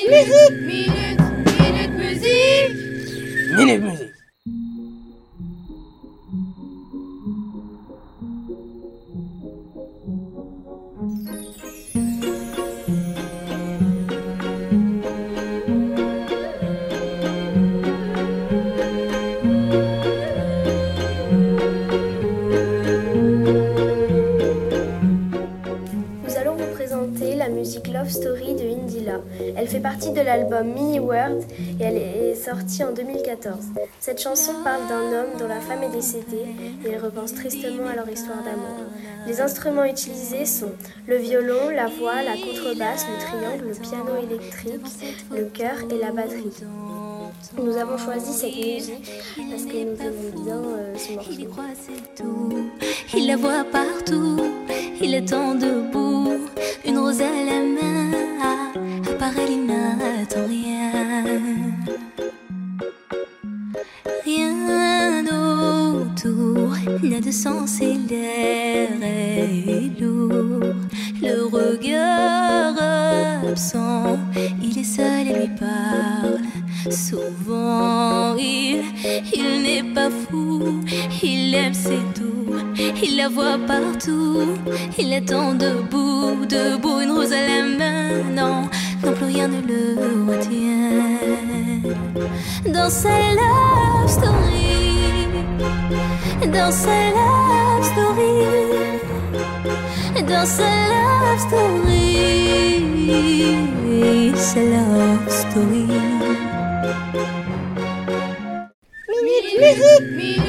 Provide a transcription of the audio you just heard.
Minute musique. Minute musique. Nous allons vous présenter la musique Love Story de Indila. Elle fait partie de l'album Mini World et elle est sortie en 2014. Cette chanson parle d'un homme dont la femme est décédée et il repense tristement à leur histoire d'amour. Les instruments utilisés sont le violon, la voix, la contrebasse, le triangle, le piano électrique, le chœur et la batterie. Nous avons choisi cette musique parce que nous aimons bien ce morceau. Il y croit, c'est tout. Il la voit partout. Il attend debout, une rose à la main. À part elle, il n'attend rien. Rien autour n'a de sens et l'air est lourd. Le regard absent, il est seul et lui parle. Souvent il n'est pas fou, il aime c'est tout, il la voit partout, il attend debout, une rose à la main, non, plus rien ne le retient. Dans sa love story, dans sa love story, dans sa love story, sa love story. Minute musique.